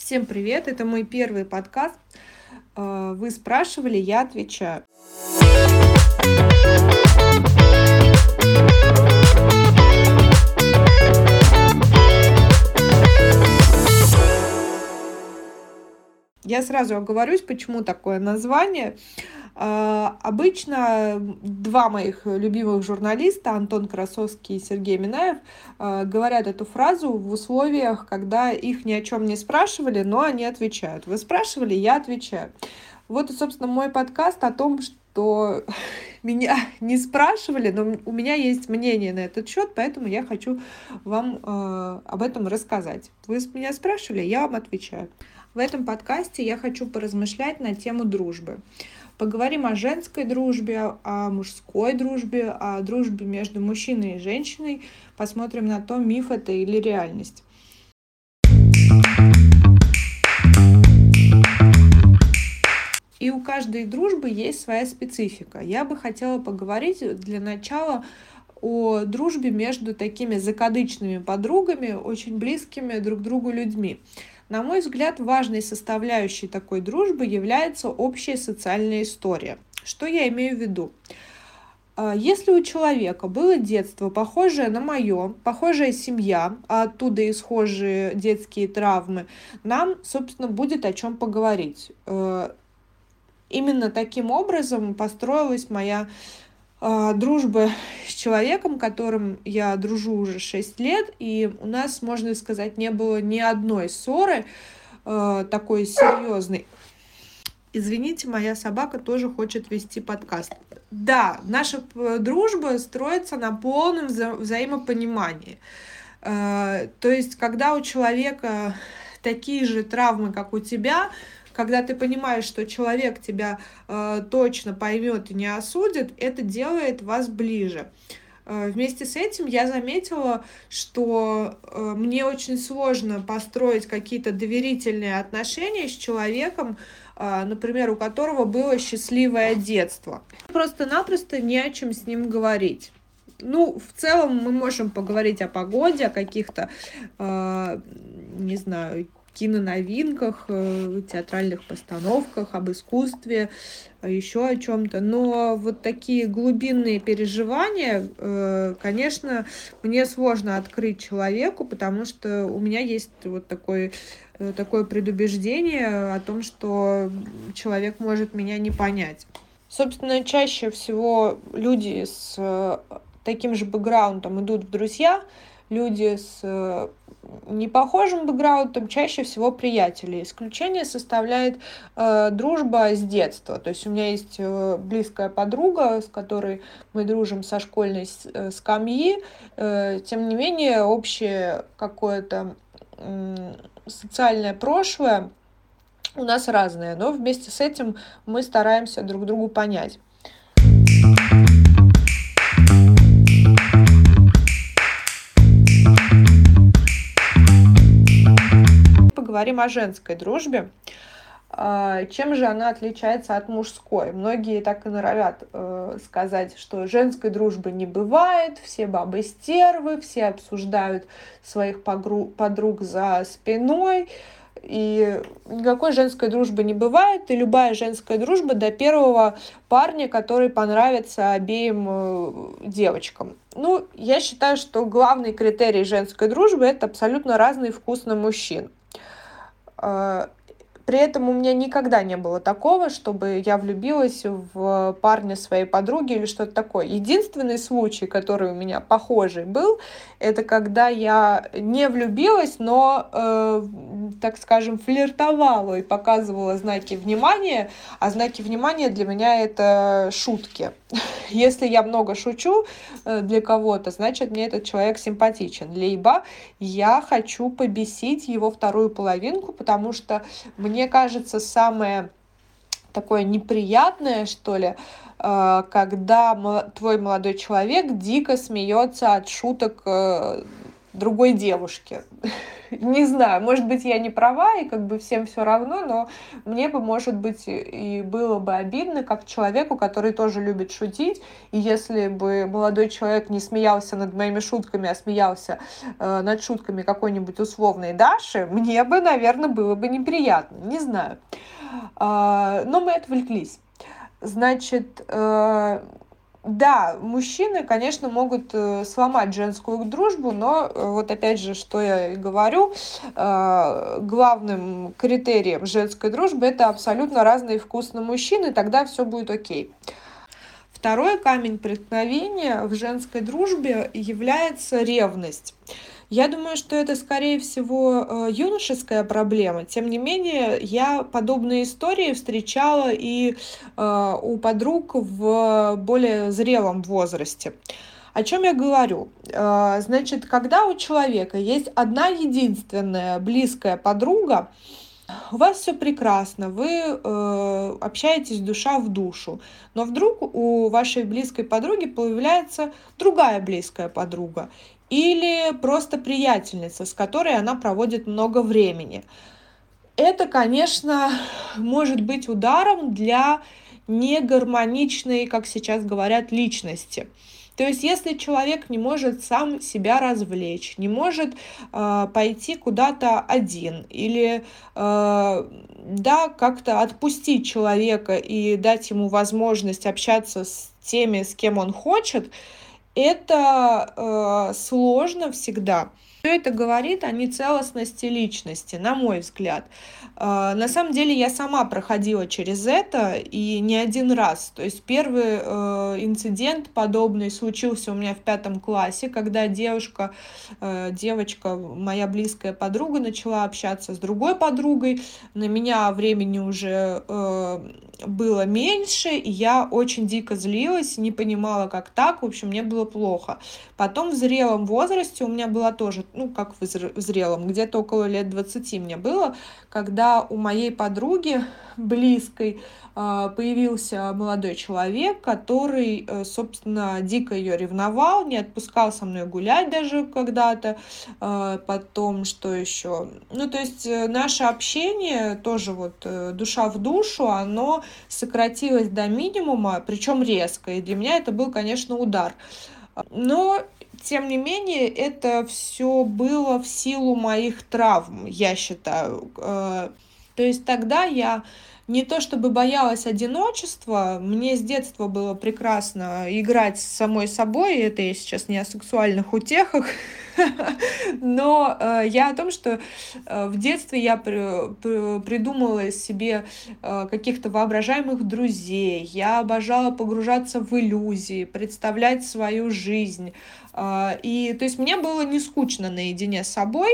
Всем привет! Это мой первый подкаст. Вы спрашивали, я отвечаю. Я сразу оговорюсь, почему такое название. Обычно два моих любимых журналиста, Антон Красовский и Сергей Минаев, говорят эту фразу в условиях, когда их ни о чем не спрашивали, но они отвечают. Вы спрашивали, я отвечаю. Вот и, собственно, мой подкаст о том, что меня не спрашивали, но у меня есть мнение на этот счет, поэтому я хочу вам об этом рассказать. Вы меня спрашивали, я вам отвечаю. В этом подкасте я хочу поразмышлять на тему дружбы. Поговорим о женской дружбе, о мужской дружбе, о дружбе между мужчиной и женщиной. Посмотрим на то, миф это или реальность. И у каждой дружбы есть своя специфика. Я бы хотела поговорить для начала о дружбе между такими закадычными подругами, очень близкими друг к другу людьми. На мой взгляд, важной составляющей такой дружбы является общая социальная история. Что я имею в виду? Если у человека было детство, похожее на мое, похожая семья, а оттуда и схожие детские травмы, нам, собственно, будет о чем поговорить. Именно таким образом построилась моя дружба с человеком, которым я дружу уже 6 лет, и у нас, можно сказать, не было ни одной ссоры такой серьезной. Извините, моя собака тоже хочет вести подкаст. Да, наша дружба строится на полном взаимопонимании. То есть, когда у человека такие же травмы, как у тебя, когда ты понимаешь, что человек тебя точно поймет и не осудит, это делает вас ближе. Вместе с этим я заметила, что мне очень сложно построить какие-то доверительные отношения с человеком, например, у которого было счастливое детство. Просто-напросто не о чем с ним говорить. В целом мы можем поговорить о погоде, о каких-то, не знаю, киноновинках, театральных постановках, об искусстве, еще о чем-то. Но вот такие глубинные переживания, конечно, мне сложно открыть человеку, потому что у меня есть вот такое предубеждение о том, что человек может меня не понять. Собственно, чаще всего люди с таким же бэкграундом идут в друзья, люди с непохожим бэкграундом чаще всего приятели. Исключение составляет дружба с детства. То есть у меня есть близкая подруга, с которой мы дружим со школьной скамьи. Тем не менее, общее какое-то социальное прошлое у нас разное, но вместе с этим мы стараемся друг другу понять. Поговорим о женской дружбе. Чем же она отличается от мужской? Многие так и норовят сказать, что женской дружбы не бывает, все бабы стервы, все обсуждают своих подруг за спиной, и никакой женской дружбы не бывает, и любая женская дружба до первого парня, который понравится обеим девочкам. Я считаю, что главный критерий женской дружбы – это абсолютно разный вкус на мужчин. При этом у меня никогда не было такого, чтобы я влюбилась в парня своей подруги или что-то такое. Единственный случай, который у меня похожий был, это когда я не влюбилась, но, так скажем, флиртовала и показывала знаки внимания, а знаки внимания для меня это шутки. Если я много шучу для кого-то, значит, мне этот человек симпатичен. Либо я хочу побесить его вторую половинку, потому что мне кажется, самое такое неприятное, что ли, когда твой молодой человек дико смеется от шуток другой девушке. Не знаю, может быть, я не права, и как бы всем все равно, но мне бы, может быть, и было бы обидно, как человеку, который тоже любит шутить, и если бы молодой человек не смеялся над моими шутками, а смеялся над шутками какой-нибудь условной Даши, мне бы, наверное, было бы неприятно, не знаю. Но мы отвлеклись. Значит, да, мужчины, конечно, могут сломать женскую дружбу, но вот опять же, что я и говорю, главным критерием женской дружбы это абсолютно разный вкус на мужчин, и тогда все будет окей. Второй камень преткновения в женской дружбе является ревность. Я думаю, что это, скорее всего, юношеская проблема. Тем не менее, я подобные истории встречала и у подруг в более зрелом возрасте. О чем я говорю? Значит, когда у человека есть одна единственная близкая подруга, у вас все прекрасно, вы общаетесь душа в душу, но вдруг у вашей близкой подруги появляется другая близкая подруга или просто приятельница, с которой она проводит много времени. Это, конечно, может быть ударом для негармоничной, как сейчас говорят, личности. То есть, если человек не может сам себя развлечь, не может пойти куда-то один или да, как-то отпустить человека и дать ему возможность общаться с теми, с кем он хочет, это сложно всегда. Все это говорит о нецелостности личности, на мой взгляд. На самом деле я сама проходила через это и не один раз. То есть первый инцидент подобный случился у меня в 5 классе, когда девочка, моя близкая подруга, начала общаться с другой подругой. На меня времени уже было меньше, и я очень дико злилась, не понимала, как так. В общем, мне было плохо. Потом в зрелом возрасте у меня была тоже, как в зрелом, где-то около лет 20 мне было, когда у моей подруги близкой появился молодой человек, который, собственно, дико ее ревновал, не отпускал со мной гулять даже когда-то. Потом, что еще? То есть наше общение, тоже вот душа в душу, оно сократилось до минимума, причем резко. И для меня это был, конечно, удар. Но, тем не менее, это все было в силу моих травм, я считаю. То есть тогда я не то чтобы боялась одиночества, мне с детства было прекрасно играть с самой собой, это я сейчас не о сексуальных утехах, но я о том, что в детстве я придумала себе каких-то воображаемых друзей, я обожала погружаться в иллюзии, представлять свою жизнь. И, то есть мне было не скучно наедине с собой,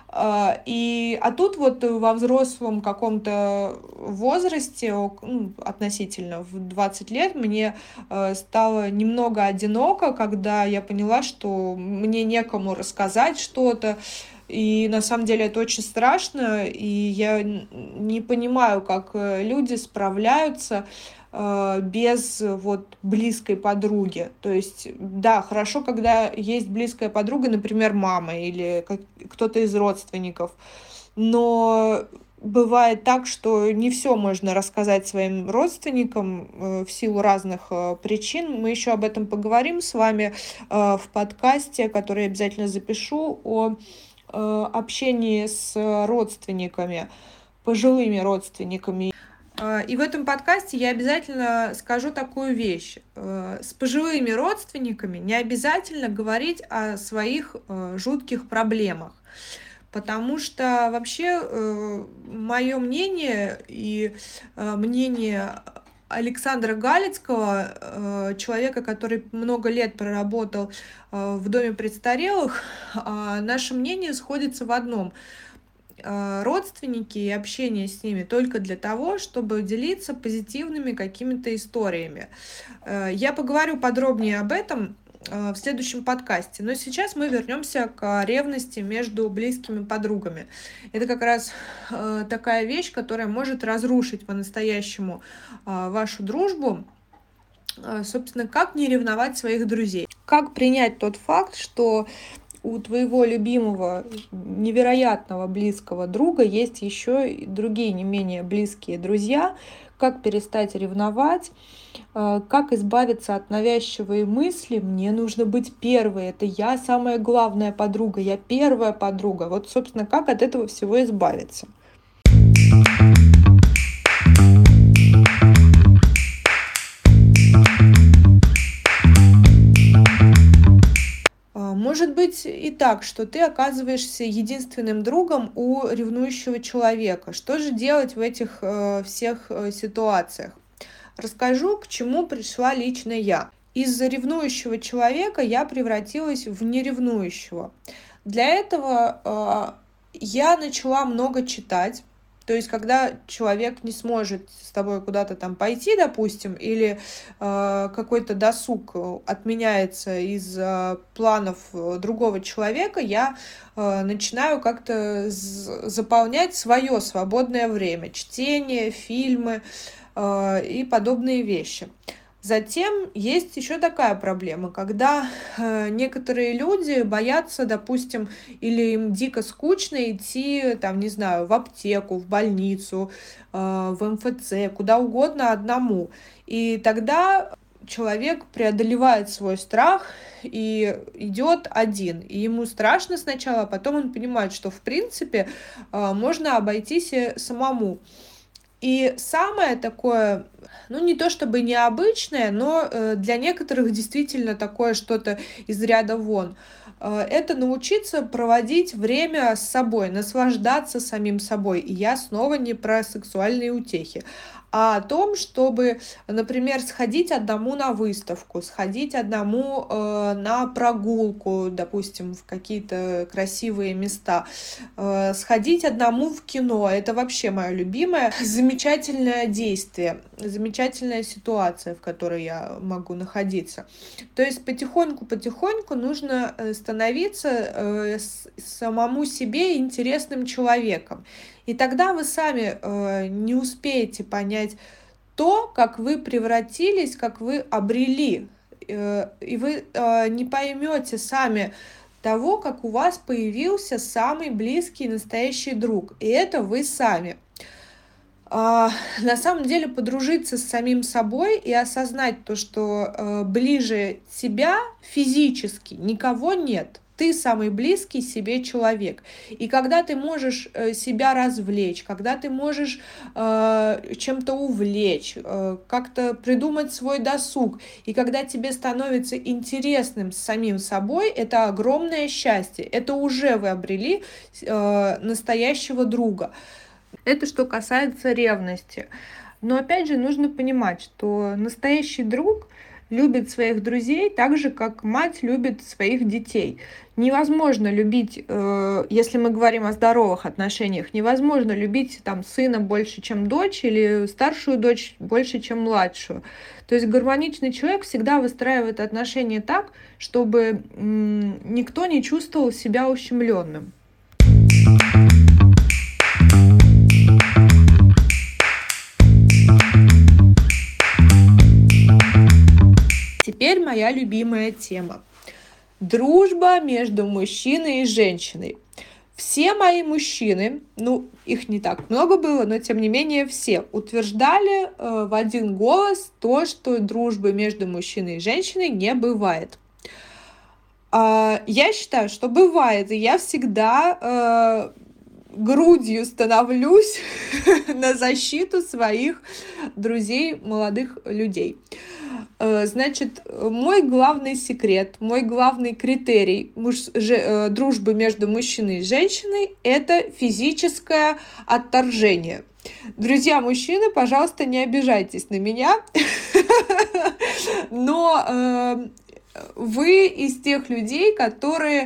а тут вот во взрослом каком-то возрасте, относительно в 20 лет, мне стало немного одиноко, когда я поняла, что мне некому рассказать что-то, и на самом деле это очень страшно, и я не понимаю, как люди справляются без вот близкой подруги. То есть, да, хорошо, когда есть близкая подруга, например, мама или кто-то из родственников, но бывает так, что не все можно рассказать своим родственникам в силу разных причин. Мы еще об этом поговорим с вами в подкасте, который я обязательно запишу, о общении с родственниками, пожилыми родственниками. И в этом подкасте я обязательно скажу такую вещь. С пожилыми родственниками не обязательно говорить о своих жутких проблемах. Потому что вообще мое мнение и мнение Александра Галицкого, человека, который много лет проработал в доме престарелых, наше мнение сходится в одном. Родственники и общение с ними только для того, чтобы делиться позитивными какими-то историями. Я поговорю подробнее об этом в следующем подкасте. Но сейчас мы вернемся к ревности между близкими подругами. Это как раз такая вещь, которая может разрушить по-настоящему вашу дружбу. Собственно, как не ревновать своих друзей? Как принять тот факт, что у твоего любимого, невероятного близкого друга есть еще и другие не менее близкие друзья, как перестать ревновать, как избавиться от навязчивой мысли: мне нужно быть первой, это я самая главная подруга, я первая подруга. Вот, собственно, как от этого всего избавиться. Может быть и так, что ты оказываешься единственным другом у ревнующего человека. Что же делать в этих всех ситуациях? Расскажу, к чему пришла лично я. Из ревнующего человека я превратилась в неревнующего. Для этого я начала много читать. То есть, когда человек не сможет с тобой куда-то там пойти, допустим, или какой-то досуг отменяется из планов другого человека, я начинаю как-то заполнять свое свободное время: чтение, фильмы и подобные вещи. Затем есть еще такая проблема, когда некоторые люди боятся, допустим, или им дико скучно идти, там, не знаю, в аптеку, в больницу, в МФЦ, куда угодно одному. И тогда человек преодолевает свой страх и идет один. И ему страшно сначала, а потом он понимает, что в принципе можно обойтись и самому. И самое такое, не то чтобы необычное, но для некоторых действительно такое что-то из ряда вон. Это научиться проводить время с собой, наслаждаться самим собой. И я снова не про сексуальные утехи, а о том, чтобы, например, сходить одному на выставку, сходить одному на прогулку, допустим, в какие-то красивые места, сходить одному в кино. Это вообще мое любимое. Замечательное действие, замечательная ситуация, в которой я могу находиться. То есть потихоньку нужно становиться самому себе интересным человеком. И тогда вы сами не успеете понять то, как вы превратились, как вы обрели. И вы не поймете сами того, как у вас появился самый близкий настоящий друг. И это вы сами. На самом деле подружиться с самим собой и осознать то, что ближе себя физически никого нет. Ты самый близкий себе человек. И когда ты можешь себя развлечь, когда ты можешь чем-то увлечь, как-то придумать свой досуг, и когда тебе становится интересным с самим собой, это огромное счастье. Это уже вы обрели настоящего друга. Это что касается ревности. Но опять же нужно понимать, что настоящий друг любит своих друзей так же, как мать любит своих детей. Невозможно любить, если мы говорим о здоровых отношениях, невозможно любить там сына больше, чем дочь, или старшую дочь больше, чем младшую. То есть гармоничный человек всегда выстраивает отношения так, чтобы никто не чувствовал себя ущемленным. Теперь моя любимая тема. Дружба между мужчиной и женщиной. Все мои мужчины, их не так много было, но тем не менее все утверждали в один голос то, что дружбы между мужчиной и женщиной не бывает. Я считаю, что бывает, и я всегда грудью становлюсь на защиту своих друзей, молодых людей. Значит, мой главный секрет, мой главный критерий дружбы между мужчиной и женщиной – это физическое отторжение. Друзья мужчины, пожалуйста, не обижайтесь на меня, но вы из тех людей, которые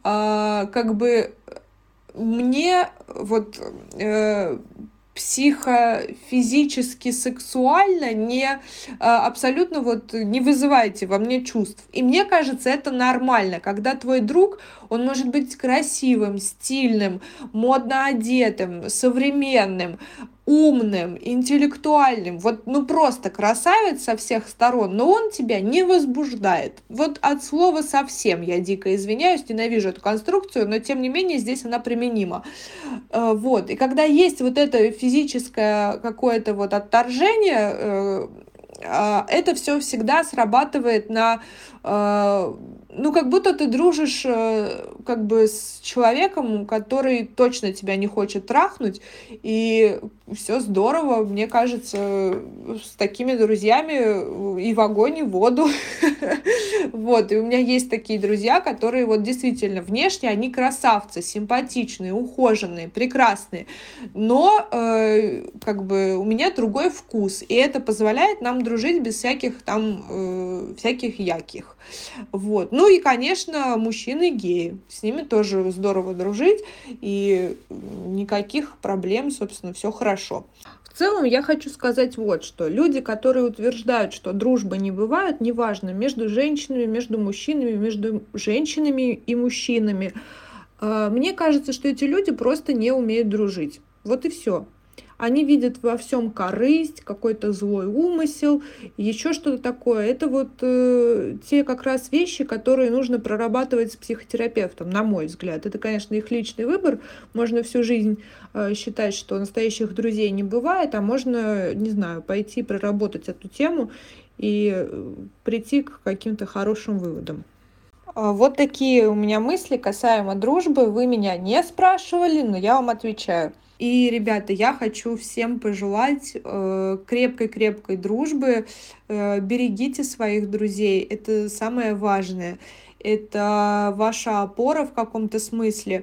мне психофизически, сексуально абсолютно не вызываете во мне чувств. И мне кажется, это нормально, когда твой друг, он может быть красивым, стильным, модно одетым, современным, умным, интеллектуальным, вот, ну, просто красавец со всех сторон, но он тебя не возбуждает. Вот от слова совсем, я дико извиняюсь, ненавижу эту конструкцию, но тем не менее здесь она применима. Вот, и когда есть вот это физическое какое-то вот отторжение, это все всегда срабатывает на, ну, как будто ты дружишь как бы с человеком, который точно тебя не хочет трахнуть, и все здорово, мне кажется, с такими друзьями и в огонь, и в воду. Вот, и у меня есть такие друзья, которые вот действительно внешне они красавцы, симпатичные, ухоженные, прекрасные, но как бы у меня другой вкус, и это позволяет нам дружить без всяких там всяких яких. Вот. Ну и, конечно, мужчины геи. С ними тоже здорово дружить, и никаких проблем, собственно, все хорошо. В целом я хочу сказать вот что. Люди, которые утверждают, что дружбы не бывает, неважно, между женщинами, между мужчинами, между женщинами и мужчинами, мне кажется, что эти люди просто не умеют дружить. Вот и все. Они видят во всем корысть, какой-то злой умысел, еще что-то такое. Это вот те как раз вещи, которые нужно прорабатывать с психотерапевтом, на мой взгляд. Это, конечно, их личный выбор. Можно всю жизнь считать, что настоящих друзей не бывает, а можно, не знаю, пойти проработать эту тему и прийти к каким-то хорошим выводам. Вот такие у меня мысли касаемо дружбы. Вы меня не спрашивали, но я вам отвечаю. И, ребята, я хочу всем пожелать крепкой-крепкой дружбы. Берегите своих друзей. Это самое важное. Это ваша опора в каком-то смысле.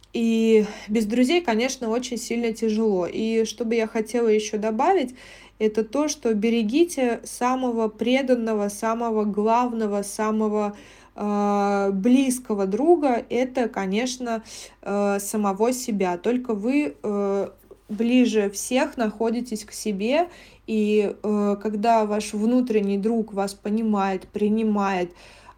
И без друзей, конечно, очень сильно тяжело. И что бы я хотела еще добавить, это то, что берегите самого преданного, самого главного, самого близкого друга, это, конечно, самого себя. Только вы ближе всех находитесь к себе, и когда ваш внутренний друг вас понимает, принимает,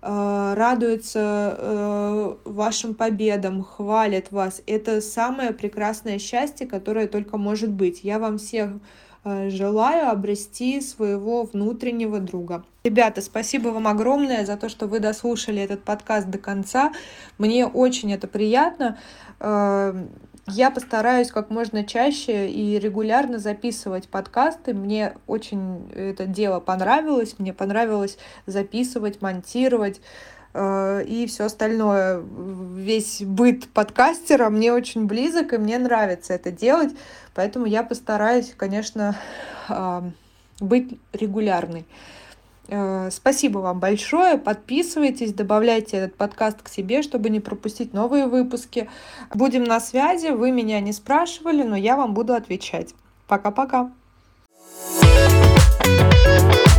радуется вашим победам, хвалит вас, это самое прекрасное счастье, которое только может быть. Я вам всех желаю обрести своего внутреннего друга. Ребята, спасибо вам огромное за то, что вы дослушали этот подкаст до конца. Мне очень это приятно. Я постараюсь как можно чаще и регулярно записывать подкасты. Мне очень это дело понравилось. Мне понравилось записывать, монтировать и все остальное. Весь быт подкастера мне очень близок, и мне нравится это делать. Поэтому я постараюсь, конечно, быть регулярной. Спасибо вам большое. Подписывайтесь, добавляйте этот подкаст к себе, чтобы не пропустить новые выпуски. Будем на связи. Вы меня не спрашивали, но я вам буду отвечать. Пока-пока.